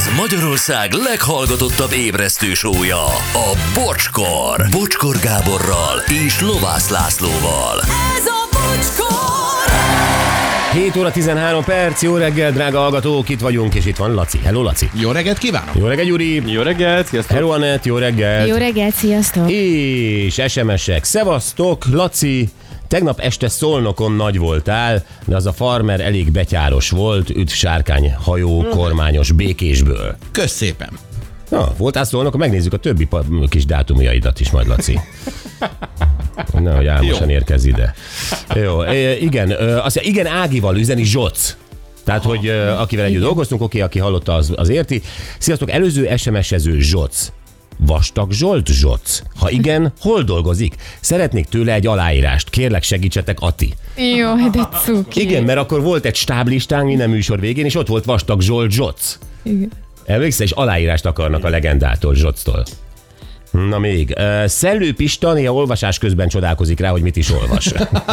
Ez Magyarország leghallgatottabb ébresztő show-ja, a Bocskor. Bocskor Gáborral és Lovász Lászlóval. Ez a Bocskor! 7 óra 13 perc, jó reggel, drága hallgatók, itt vagyunk, és itt van Laci. Hello, Laci. Jó reggelt kívánok! Jó reggel, Gyuri. Jó reggelt, sziasztok! Hello, Anett, jó reggel. Jó reggelt, sziasztok! És SMS-ek. Szevasztok, Laci. Tegnap este Szolnokon nagy voltál, de az a farmer elég betyáros volt, üdv sárkány hajó kormányos Békésből. Kösz szépen! Na, voltál Szolnokon, megnézzük a többi kis dátumjaidat is majd, Laci. Nehogy álmosan érkezz ide. Jó, igen, igen, Ágival üzeni Zsoc. Tehát, hogy akivel együtt dolgoztunk, oké, aki hallotta, az érti. Sziasztok, előző SMS-ező Zsoc. Vastag Zsolt Zsoc? Ha igen, hol dolgozik? Szeretnék tőle egy aláírást. Kérlek, segítsetek, Ati. Jó, de cuki. Igen, mert akkor volt egy stáblistánk minden műsor végén, és ott volt Vastag Zsolt Zsoc. Igen. Emlékszel, és aláírást akarnak a legendától, Zsoctól. Na még. Szellő Pista néha olvasás közben csodálkozik rá, hogy mit is olvas.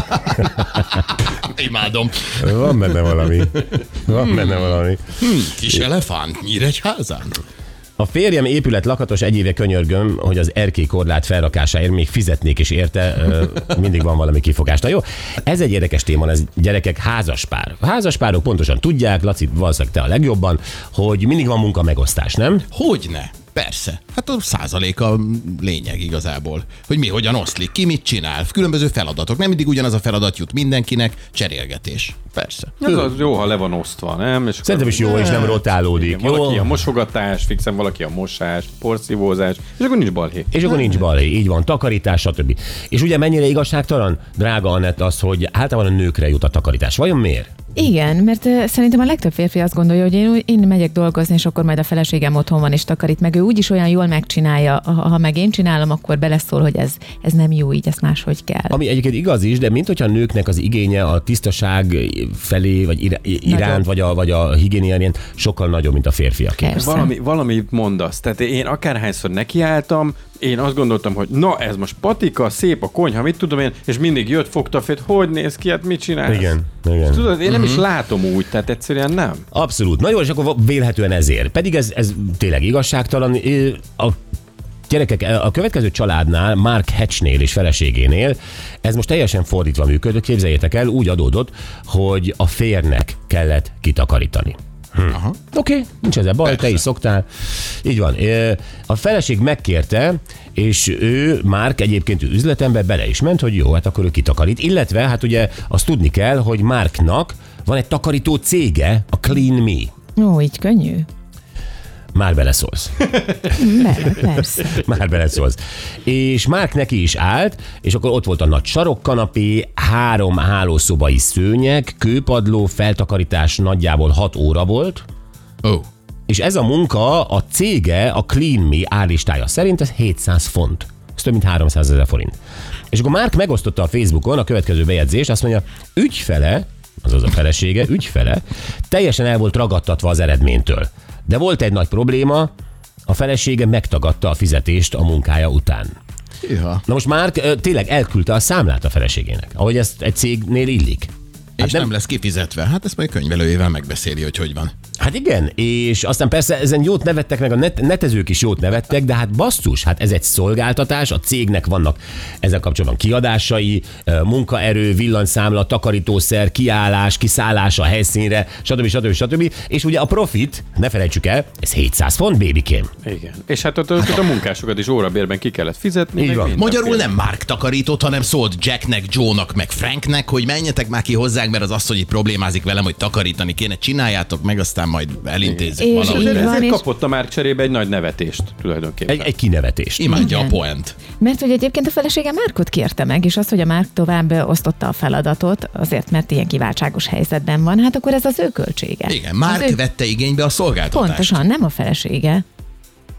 Imádom. Van benne valami. Van benne valami. Kis elefánt Nyíregyházán. A férjem épület lakatos, egy éve könyörgöm, hogy az erkélykorlát felrakásáért még fizetnék is érte, mindig van valami kifogás. Na jó, ez egy érdekes téma, ez gyerekek, házaspár. A házaspárok pontosan tudják, Laci, valószínűleg te a legjobban, hogy mindig van munkamegosztás, nem? Hogyne? Persze. Hát a százalék a lényeg igazából. Hogy mi hogyan oszlik, ki mit csinál. Különböző feladatok. Nem mindig ugyanaz a feladat jut mindenkinek. Cserélgetés. Persze. Ez az jó, ha le van osztva, nem? És Szerintem is jó, és nem rotálódik. igen, valaki a mosogatás, fixen valaki a mosás, porszívózás, és akkor nincs balhé. És akkor nincs balhé, így van, takarítás, stb. És ugye mennyire igazságtalan, drága Anett, az, hogy általában a nőkre jut a takarítás. Vajon miért? Igen, mert szerintem a legtöbb férfi azt gondolja, hogy én megyek dolgozni, és akkor majd a feleségem otthon van és takarít, meg ő úgyis olyan jól megcsinálja, ha meg én csinálom, akkor beleszól, hogy ez nem jó, így ezt máshogy kell. Ami egyébként igaz is, de mint hogyha a nőknek az igénye a tisztaság felé, vagy iránt, vagy a higiénia iránt sokkal nagyobb, mint a férfiaké. Valamit mondasz. Tehát én akárhányszor nekiálltam, én azt gondoltam, hogy na, ez most patika, szép a konyha, mit tudom én, és mindig jött, fogta a fét, hogy néz ki, hát mit csinálsz? Igen. Tudod, én nem is látom úgy, tehát egyszerűen nem. Abszolút. Na jó, és akkor vélhetően ezért. Pedig ez tényleg igazságtalan. A gyerekek, a következő családnál, Mark Hatchnél és feleségénél, ez most teljesen fordítva működött, képzeljétek el, úgy adódott, hogy a férnek kellett kitakarítani. Oké, nincs ezzel baj, te is szoktál. Így van. A feleség megkérte, és ő, Mark egyébként üzletember bele is ment, hogy jó, hát akkor ő kitakarít. Illetve, hát ugye azt tudni kell, hogy Marknak van egy takarító cége, a Clean Me. Ó, így könnyű. Már beleszólsz. Persze. Már beleszólsz. És Mark neki is állt, és akkor ott volt a nagy sarokkanapé, 3 hálószobai szőnyeg, kőpadló, feltakarítás nagyjából 6 óra volt. És ez a munka, a cége, a Clean Me árlistája szerint ez 700 font. Ez több mint 300 000 forint. És akkor Mark megosztotta a Facebookon a következő bejegyzést, azt mondja, ügyfele, azaz a felesége, ügyfele, teljesen el volt ragadtatva az eredménytől. De volt egy nagy probléma, a felesége megtagadta a fizetést a munkája után. Ja. Na most Mark tényleg elküldte a számlát a feleségének, ahogy ezt egy cégnél illik. És nem lesz kifizetve. Hát ezt majd könyvelőjével megbeszéli, hogy van. Hát igen, és aztán persze ezen jót nevettek, meg a netezők is jót nevettek, de hát basszus, hát ez egy szolgáltatás, a cégnek vannak ezzel kapcsolatban kiadásai, munkaerő, villanyszámla, takarítószer, kiállás, kiszállás a helyszínre, stb. És ugye a profit, ne felejtsük el, ez 700 font, babykém. Igen. És hát ott a munkásokat is órabérben ki kellett fizetni. Így van. Magyarul nem Mark takarított, hanem szólt Jacknek, Joe-nak, meg Franknek, hogy menjetek már ki hozzánk, mert az asszony itt problémázik velem, hogy takarítani kéne, csináljátok meg, aztán majd elintézzük És valahogy. így van, Ezért és- kapott a Mark cserébe egy nagy nevetést tulajdonképpen. Egy kinevetést. Imádja Igen. a poent. Mert hogy egyébként a felesége Márkot kérte meg, és az, hogy a Márk tovább osztotta a feladatot, azért, mert ilyen kiváltságos helyzetben van, hát akkor ez az ő költsége. Igen, Mark Az ő- vette igénybe a szolgáltatást. Pontosan, nem a felesége.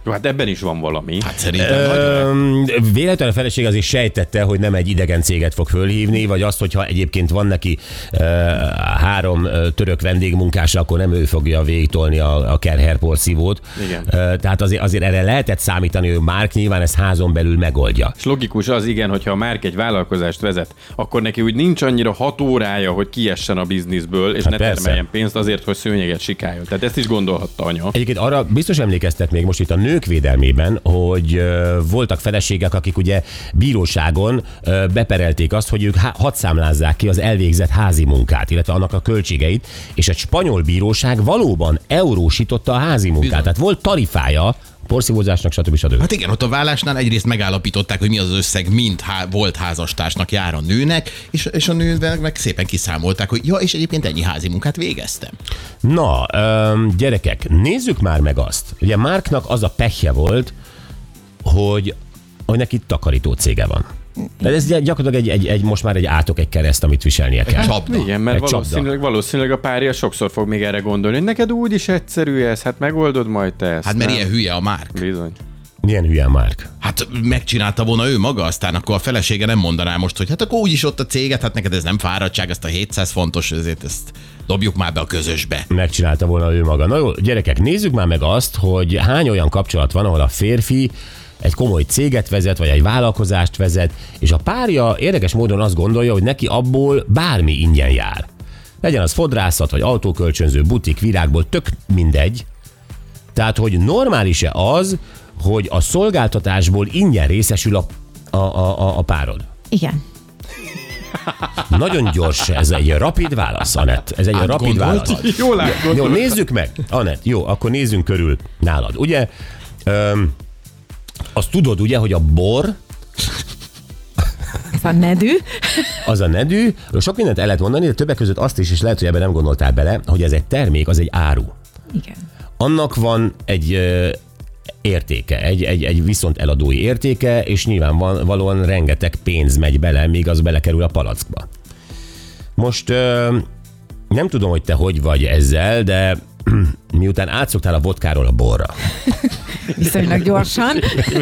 Jó, hát ebben is van valami. Hát szerintem Véletlenül a feleség azért sejtette, hogy nem egy idegen céget fog fölhívni, vagy azt, hogyha egyébként van neki 3 török vendégmunkása, akkor nem ő fogja végigtolni a Kerher porszívót. Igen. Tehát azért erre lehetett számítani, hogy Mark nyilván ezt házon belül megoldja. És logikus az, igen, hogyha a Mark egy vállalkozást vezet, akkor neki úgy nincs annyira 6 órája, hogy kiessen a bizniszből, és Hát ne persze. termeljen pénzt azért, hogy szőnyeget sikáljon. Tehát ezt is gondolhatta anya. Egyébként arra biztos emlékeztek még most itt a nők védelmében, hogy voltak feleségek, akik ugye bíróságon beperelték azt, hogy ők hadd számlázzák ki az elvégzett házi munkát, illetve annak a költségeit, és egy spanyol bíróság valóban eurósította a házi munkát. Bizony. Tehát volt tarifája porszívózásnak, stb. Hát igen, ott a vállásnál egyrészt megállapították, hogy mi az összeg, mint volt házastársnak jár a nőnek, és a nőnek meg szépen kiszámolták, hogy ja, és egyébként ennyi házi munkát végeztem. Na, gyerekek, nézzük már meg azt. Ugye Marknak az a pehje volt, hogy neki takarító cége van. De ez gyakorlatilag egy most már egy átok, egy kereszt, amit viselnie kell. Csapda. Igen, mert Egy csapda. valószínűleg a párja sokszor fog még erre gondolni, hogy neked úgy is egyszerű ez, hát megoldod majd te ezt. Hát mert nem? ilyen hülye a Mark. Bizony. Milyen hülye Mark. Hát megcsinálta volna ő maga, aztán akkor a felesége nem mondaná most, hogy hát akkor úgyis ott a céget, hát neked ez nem fáradtság, ezt a 700 fontos, ezért ezt dobjuk már be a közösbe. Megcsinálta volna ő maga. Na jó, gyerekek, nézzük már meg azt, hogy hány olyan kapcsolat van, ahol a férfi egy komoly céget vezet, vagy egy vállalkozást vezet, és a párja érdekes módon azt gondolja, hogy neki abból bármi ingyen jár. Legyen az fodrászat, vagy autókölcsönző, butik, virágból, tök mindegy. Tehát, hogy normális-e az, hogy a szolgáltatásból ingyen részesül a párod? Igen. Nagyon gyors, ez egy rapid válasz, Anett. Ez egy rapid válasz. Jól látod. Jó, nézzük meg. Anett, jó, akkor nézzünk körül nálad. Ugye, azt tudod ugye, hogy a bor, Ez a nedű. az a nedű, sok mindent el lehet mondani, de többek között azt is, és lehet, hogy ebben nem gondoltál bele, hogy ez egy termék, az egy áru. Igen. Annak van egy értéke, egy viszont eladói értéke, és nyilvánvalóan rengeteg pénz megy bele, míg az belekerül a palackba. Most nem tudom, hogy te hogy vagy ezzel, de miután átszoktál a vodkáról a borra, Viszonylag gyorsan.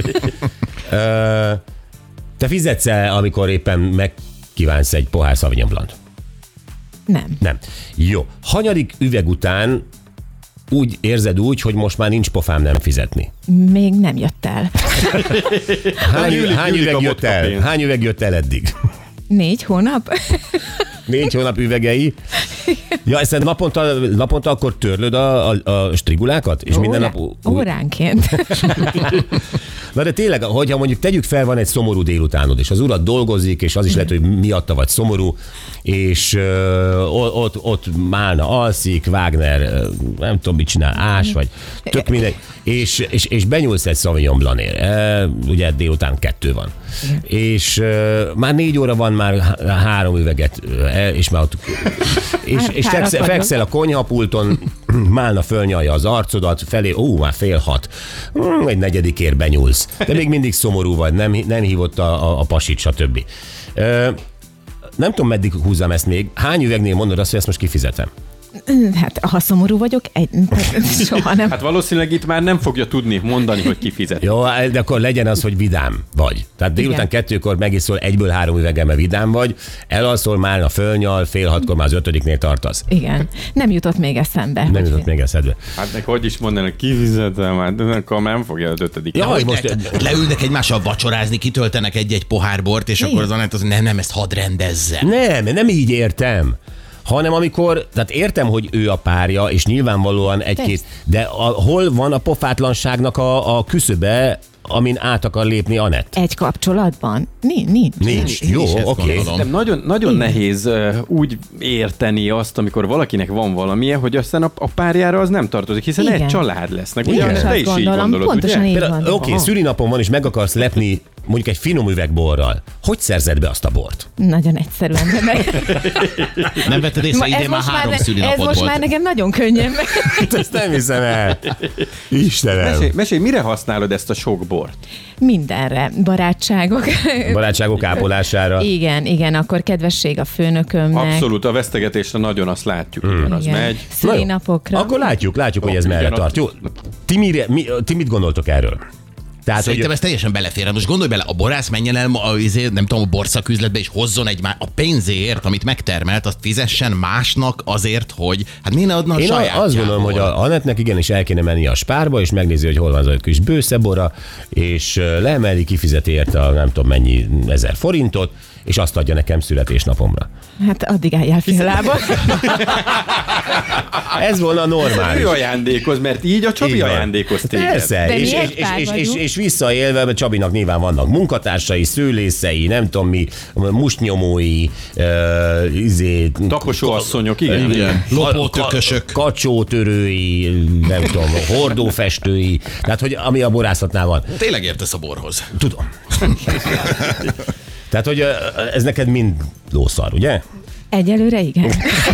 te fizetsz-e, amikor éppen megkívánsz egy pohár Sauvignon Blanc? Nem. Nem. Jó. Hanyadik üveg után úgy érzed úgy, hogy most már nincs pofám nem fizetni? Még nem jött el. Hány gyűlik üveg a jött vodka el? pénz. Hány üveg jött el eddig? 4 hónap? 4 hónap üvegei. Ja, ezt naponta akkor törlöd a strigulákat? És minden nap... Óránként. Na de tényleg, hogyha mondjuk tegyük fel, van egy szomorú délutánod, és az urad dolgozik, és az is lehet, hogy miatta vagy szomorú, és ott Málna alszik, Wagner nem tudom, mit csinál, ás, vagy tök mindegy, és benyúlsz egy Sauvignon Blancért, ugye délután 2 van. És már 4 óra van, már 3 üveget, és már ott, és fekszel a konyhapulton, Málna fölnyalja az arcodat, felé, már 5:30, egy negyedikért benyúlsz. De még mindig szomorú vagy, nem hívott a pasit, stb. Nem tudom, meddig húzzam ezt még. Hány üvegnél mondod azt, hogy ezt most kifizetem? Hát, ha szomorú vagyok, soha nem. Hát valószínűleg itt már nem fogja tudni mondani, hogy kifizet. Jó, de akkor legyen az, hogy vidám vagy. Tehát délután 2-kor megiszol 1-ből 3 üveggel, mert vidám vagy, elalszol már a fölnyal, 5:30-kor már az 5-nél tartasz. Igen. Nem jutott még eszembe. Nem hogy- jutott még eszedbe. Hát meg hogy is mondanak, hogy kifizetem, hát de akkor már nem fogja az 5. Ja, hogy Most leülnek egymással vacsorázni, kitöltenek egy pohár bort, és akkor az Anett az, nem, ezt hadd rendezze. Nem így értem. Hanem amikor, tehát értem, hogy ő a párja, és nyilvánvalóan egy-két, de hol van a pofátlanságnak a küszöbe, amin át akar lépni Anett? Egy kapcsolatban? Nincs. Nincs. Én Jó, is ezt oké. gondolom. Nem, nagyon nehéz úgy érteni azt, amikor valakinek van valamilyen, hogy aztán a párjára az nem tartozik, hiszen Igen. egy család lesznek. Igen. Ugye, Én is te azt is így gondolom, gondolod, pontosan ugye? így. Például, van. oké, szülinapon van, és meg akarsz lepni mondjuk egy finom üveg borral. Hogy szerzed be azt a bort? Nagyon egyszerűen. De Nem vetted észre, idén már 3 ez szülinapod most már volt. nekem nagyon könnyen megy. Ezt nem hiszem el. Istenem. Mesélj, mire használod ezt a sok bort? Mindenre. Barátságok. Barátságok ápolására. Igen, akkor kedvesség a főnökömnek. Abszolút, a vesztegetésre nagyon azt látjuk, igen, az Igen. megy. Szülinapokra. Akkor látjuk, hogy ez Ó, merre igen, tart. Jó, Ti mit gondoltok erről? Tehát, Szerintem ez teljesen belefér. Most gondolj bele, a borász menjen el nem tudom, a borszaküzletbe, és hozzon a pénzéért, amit megtermelt, azt fizessen másnak azért, hogy hát miért ne adna a én sajátjából. azt gondolom, hogy a Anettnek igenis el kéne menni a Spárba, és megnézi, hogy hol van az a kis bőszebora, és leemeli, kifizeti érte a nem tudom mennyi 1000 forintot, és azt adja nekem születésnapomra. Hát addig álljál fél lábon. Ez volna normális. Ő ajándékoz, mert így a Csabi Így van. ajándékoz téged. Persze, De és, miért és, pár és, és, vagyunk? és visszaélve, mert Csabinak nyilván vannak munkatársai, szőlészei, nem tudom mi, mustnyomói, Taposóasszonyok, igen. Igen. Lopótökösök. kacsótörői, nem tudom, hordófestői, tehát hogy ami a borászatnál van. Tényleg értesz a borhoz. Tudom. Tehát, hogy ez neked mind lószar, ugye? Egyelőre igen.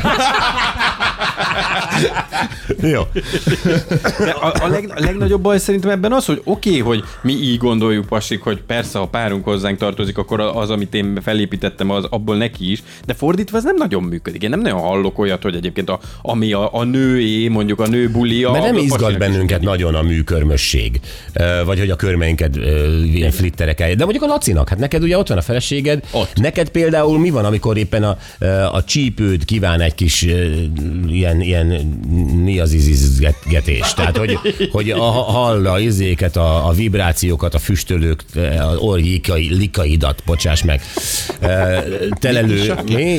Jó. De a legnagyobb baj szerintem ebben az, hogy oké, hogy mi így gondoljuk, pasik, hogy persze, ha párunk hozzánk tartozik, akkor az, amit én felépítettem, az abból neki is, de fordítva ez nem nagyon működik. Én nem nagyon hallok olyat, hogy egyébként ami a nőé, mondjuk a nő bulia. Mert nem a izgat pasinak is bennünket működik. nagyon a műkörmösség, vagy hogy a körmeinket ilyen flitterek el. De mondjuk a Lacinak, hát neked ugye ott van a feleséged, Ott. Neked például mi van, amikor éppen a csípőd kíván egy kis ilyen niazizizgetést, tehát hogy hall a izéket, a vibrációkat, a füstölők, az likaidat, bocsáss meg, telelő,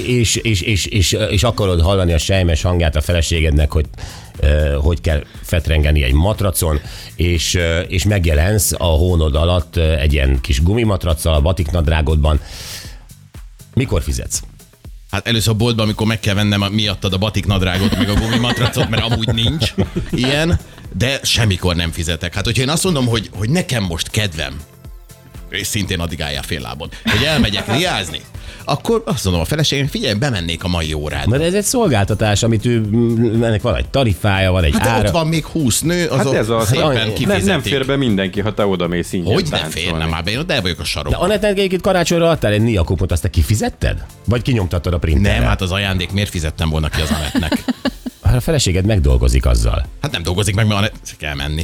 és akarod hallani a sejmes hangját a feleségednek, hogy kell fetrengeni egy matracon, és megjelensz a hónod alatt egy ilyen kis gumimatraccal a batiknadrágodban. Mikor fizetsz? Hát először a boltban, amikor meg kell vennem miattad a batiknadrágot, meg a gumimatracot, mert amúgy nincs ilyen, de semmikor nem fizetek. Hát hogyha én azt mondom, hogy nekem most kedvem, és szintén addig álljál fél lábon, hogy elmegyek riázni, akkor azt mondom a feleségem, figyelj, bemennék a mai órádba. Mert ez egy szolgáltatás, amit ennek van egy tarifája, van egy Hát ára. ott van még 20 nő, azok Hát ez az, szépen nem kifizetik. fér be mindenki, ha te oda mész ingyen Hogy ne táncolni. férne már be, én ott el vagyok a De sarokban. Anetnek egyébként karácsonyra adtál egy Nia kupont, azt te kifizetted? Vagy kinyomtattad a printerre? Nem, hát az ajándék miért fizettem volna ki az Anettnek? Hát a feleséged megdolgozik azzal. Hát nem dolgozik meg, mert Anett kell menni.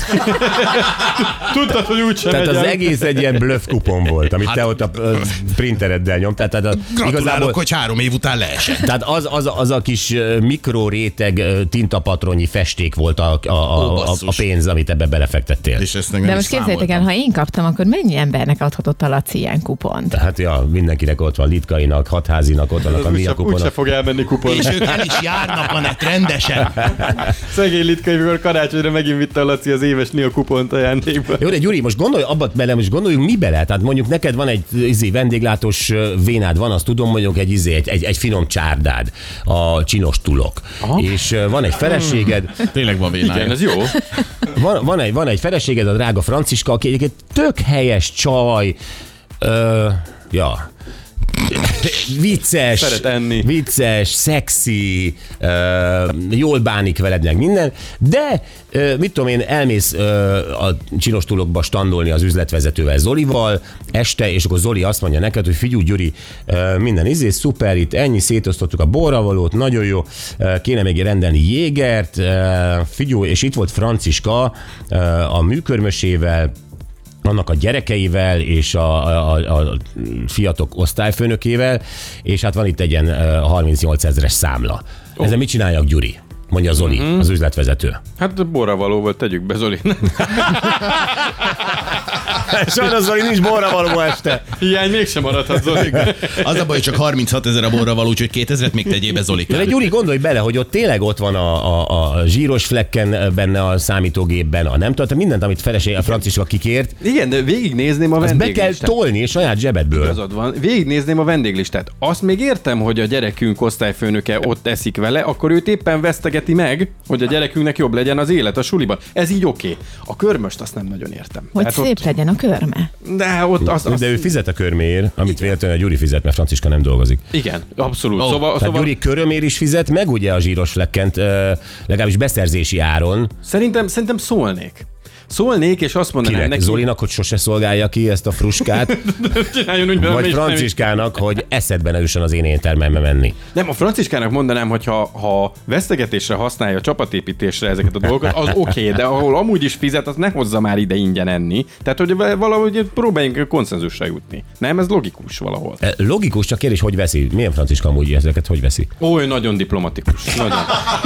Tudtad, hogy úgysem Tehát az megy el. egész egy ilyen bluff kupon volt, amit te ott a printereddel nyomtál. Tehát Gratulálok, hogy 3 év után leesett. tehát az a kis mikroréteg tintapatronyi festék volt a basszus. pénz, amit ebbe belefektettél. És ezt nem De is most képzeljétek el, számoltam. ha én kaptam, akkor mennyi embernek adhatott a Laci ilyen kupont? Tehát ja, mindenkinek ott van, Litkainak, Hatházinak, ott vannak a Nia Úgyse kuponok. fog elmenni kupon. És ők el is járnak, Anett, rendesen. Szegény Litka, mikor karácsonyra megint vitte a Laci az éves Nia kupont ajándékba. Jó, de Gyuri, most gondolj abba bele, most gondoljunk mi bele. Tehát mondjuk neked van egy vendéglátós vénád, van, azt tudom, mondjuk egy finom csárdád, a csinos tulok. És van egy feleséged, Tényleg van vénája. Igen, ez jó. van egy feleséged, a drága Franciska, aki egyébként tök helyes csaj, vicces, Szeret enni. vicces, szexi, jól bánik veled meg minden, de mit tudom én, elmész a csinos tulokba standolni az üzletvezetővel, Zolival este, és akkor Zoli azt mondja neked, hogy figyelj Gyuri, minden szuper, itt ennyi, szétosztottuk a borravalót, nagyon jó, kéne még rendelni jégert, figyelj, és itt volt Franciska a műkörmösével, annak a gyerekeivel és a fiatok osztályfőnökével, és hát van itt egy ilyen 38 000-es számla. Ezzel mit csináljak, Gyuri? Mondja Zoli, az üzletvezető. Hát borra való volt, tegyük be, Zoli. Sajnos Zoli, nincs borravaló este. Hiány mégsem maradhat, Zoli. Az a baj, hogy csak 36 000 a borra való, úgyhogy 2000-et még tegyél be, Zoli. De Gyuri, gondolj bele, hogy ott tényleg ott van a zsíros flekken benne a számítógépben, a nem tudom, mindent, amit a Franciska kikért, Igen, de végignézném a azt be kell vendéglistát. tolni saját zsebedből. Igazad van. Végignézném a vendéglistát. Azt még értem, hogy a gyerekünk osztályfőnöke ott eszik vele, akkor őt éppen vesztegeti meg, hogy a gyerekünknek jobb legyen az élet a suliban. Ez így oké. A körmöst azt nem nagyon értem. Hogy Tehát szép legyen a körme. De ott azt De ő fizet a körméért, amit véletlenül a Gyuri fizet, mert Franciska nem dolgozik. igen, abszolút. Ó, Tehát Gyuri körömér is fizet, meg ugye a zsíros flekkent, legalábbis beszerzési áron. Szerintem szólnék. Szólnék, és azt mondanám Kinek? neki... Zolinak, hogy sose szolgálja ki ezt a fruskát, Csináljon úgy, vagy nem- Franciskának, hogy eszedbe ne jusson az én éttermembe menni. Nem, a Franciskának mondanám, hogy ha vesztegetésre használja, csapatépítésre ezeket a dolgokat, az oké, de ahol amúgy is fizet, az ne hozza már ide ingyen enni. Tehát, hogy valahogy próbáljunk konszenzusra jutni. Nem, ez logikus valahol. Logikus, csak kérdés, hogy veszi? Milyen Franciska amúgy ezeket hogy veszi? Oly, nagyon diplomatikus. Nagyon.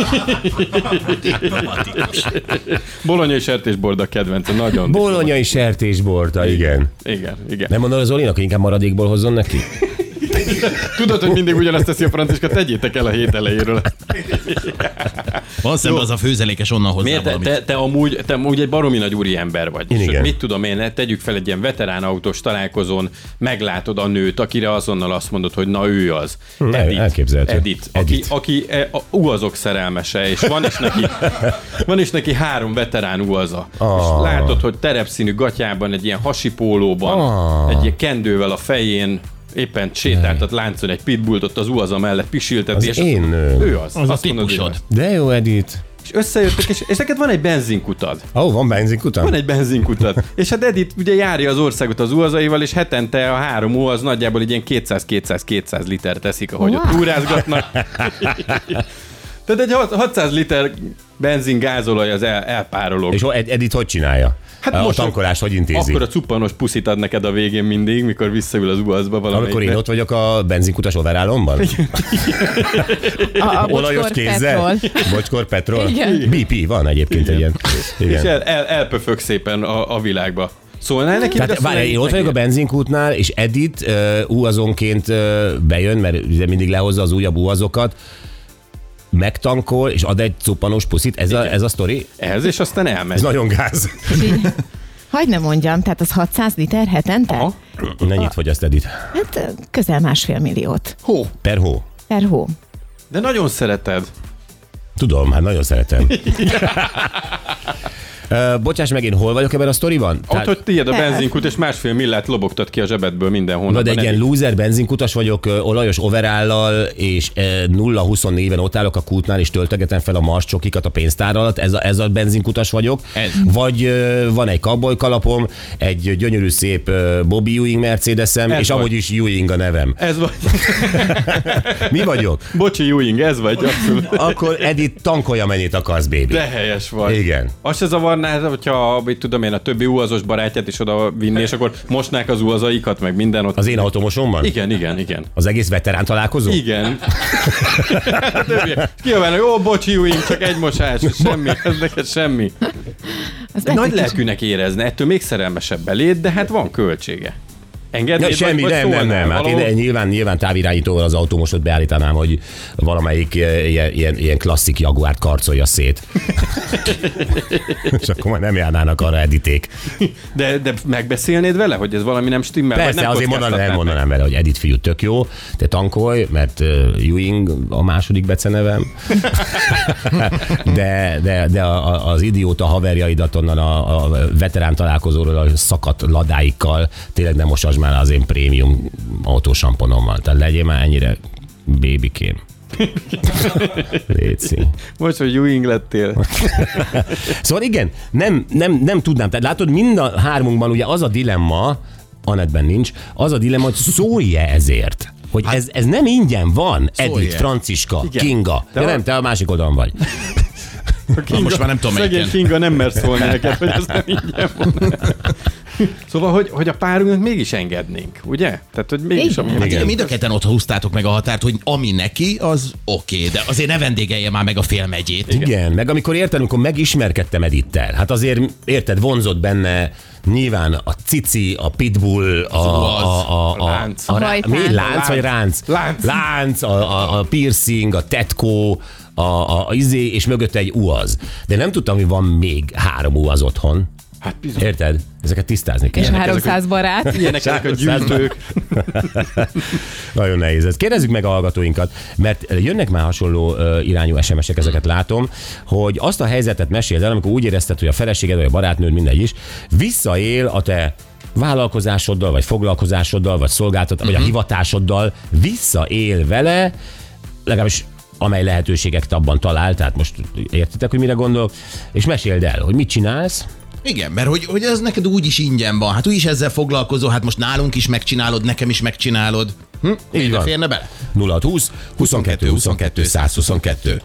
Bolonyai sertésborda kedvence, nagyon. Bolonyai sertésborda, igen. Igen. Nem mondod az Zolinak, hogy inkább maradékból hozzon neki? Tudod, hogy mindig ugyanazt teszi a Franciska, tegyétek el a hét elejéről. Van szemben az a főzelékes onnan hozzá Miért? valamit. Te amúgy egy baromi nagy úri ember vagy. Igen. És mit tudom én, tegyük fel egy ilyen veterán autós találkozón, meglátod a nőt, akire azonnal azt mondod, hogy na ő az. Elképzelhető. Edith. Aki uazok szerelmese, és van is neki 3 veterán uaza. És látod, hogy terepszínű gatyában, egy ilyen hasipólóban, egy ilyen kendővel a fején, éppen sétáltat láncon egy pitbullt ott az uaza mellett pisilteti. Az én nőm. Ő az. Az a Azt mondod, típusod. ő az. De jó, Edith. És összejöttek, és neked van egy benzinkutad. Van benzinkutam? Van egy benzinkutat. És hát Edith ugye járja az országot az uazaival, és hetente a 3 uaz nagyjából egy ilyen 200-200 liter teszik, ahogy ott túrázgatnak. Tehát egy 600 liter benzin, gázolaj az elpárolog. És Edith hogy csinálja? Hát A most tankolást hogy intézi? Akkor a cuppanos puszit ad neked a végén mindig, mikor visszaül az uazba valamelyikbe. Amikor én ott vagyok a benzinkutas overallomban? A Olajos Bocskor kézzel? Petrol. Bocskor Petrol? Igen. BP van egyébként egy ilyen. És Igen. elpöfög szépen a világba. Szólnál neki? Tehát várj, én ott vagyok a benzinkútnál, és Edith úazonként bejön, mert ugye mindig lehozza az újabb úazokat, megtankol, és ad egy cuppanos puszit. Ez a sztori? Ez, és aztán elmegy. Ez nagyon gáz. Hagy ne mondjam, tehát az 600 liter hetente? Aha. Mennyit fogyaszt Edith? Hát közel 1,5 milliót Hó. Per hó? per hó. De nagyon szereted. Tudom, hát nagyon szeretem. Bocsáss meg, én hol vagyok ebben a sztoriban? Ott, hogy tiéd a benzinkút, és 1,5 millát lobogtat ki a zsebedből minden hónapban. De egy ilyen Edith. loser benzinkutas vagyok, olajos overállal, és 0-24 éven ott állok a kútnál, és töltegetem fel a Mars csokikat a pénztár alatt, ez a benzinkutas vagyok. Vagy van egy cowboy kalapom, egy gyönyörű szép Bobby Ewing Mercedesem, Ez és vagy. amúgy is Ewing a nevem. Ez vagy. Mi vagyok? Bocsi, Ewing, ez vagy. Abszolút. Akkor Edith, tankolja mennyit akarsz, baby. De helyes vagy. Igen. Azt se zavarná, hogyha, mit tudom én, a többi uazos barátját is oda vinni, és akkor mosnák az uazaikat, meg minden ott. Az én automosomban? Igen. Az egész veterán találkozó? Igen. Kiabálna, jó, bocsi, Ewing, csak egy mosás, semmi, ez neked semmi. Az Nagy lehet, hogy lelkűnek érezne, ettől még szerelmesebb beléd, de hát van költsége. Engednéd, Ja, semmi, vagy nem. szólnál Hát valahol? én nyilván távirányítóval az automosot beállítanám, hogy valamelyik ilyen klasszik Jaguárt karcolja szét. És akkor majd nem járnának arra Editék. De megbeszélnéd vele, hogy ez valami nem stimmel? vagy Persze, nem azért kockáztatnád meg? mondanám vele, hogy Edith fiú tök jó, te tankolj, mert Ewing a második becenevem. De az idióta haverjaidat onnan a veterán találkozóról a szakadt ladáikkal tényleg nem mosasd már az én prémium autósamponommal. Tehát legyél már ennyire bébikém. Léci. Most, hogy Ewing lettél. Szóval igen, nem tudnám. Tehát látod, mind a hármunkban ugye az a dilemma, Anettben nincs, az a dilemma, hogy szólj-e ezért. Hogy ez nem ingyen van, Szólj-e. Edith, Franciska, Igen. Kinga. De De van- nem, te a másik oldalon vagy. Most már nem tudom, Szegény melyiken. Kinga nem mer szólni neked, hogy ez nem ingyen van. Szóval, hogy a párunknak mégis engednénk, ugye? Tehát, hogy mégis Igen. ami... Igen. Mind a ketten ott húztátok meg a határt, hogy ami neki, az oké, de azért ne vendégelje már meg a fél megyét. Igen, meg amikor érted, amikor megismerkedtem Edittel, hát azért érted, vonzott benne nyilván a cici, a pitbull, A lánc. A hajtán. mi? Lánc vagy ránc? Lánc. A piercing, a tetkó, a izé, és mögötte egy uaz. De nem tudtam, hogy van még 3 uaz otthon. Hát bizony. Érted? Ezeket tisztázni kell. és 300 barát. Ilyenek ezek a gyűjtők. Nagyon nehéz ez. Kérdezzük meg a hallgatóinkat, mert jönnek már hasonló irányú SMS-ek, ezeket látom, hogy azt a helyzetet meséld el, amikor úgy érezted, hogy a feleséged vagy a barátnőd, mindegy is, visszaél a te vállalkozásoddal, vagy foglalkozásoddal, vagy vagy a hivatásoddal, visszaél vele, legalábbis amely lehetőségeket abban talál, tehát most értitek, hogy mire gondolok, és meséld el, hogy mit csinálsz, Igen, mert hogy ez neked úgy is ingyen van, hát úgy is ezzel foglalkozol, hát most nálunk is megcsinálod, nekem is megcsinálod. Így Ide van. férne bele? 0620 22 22 122.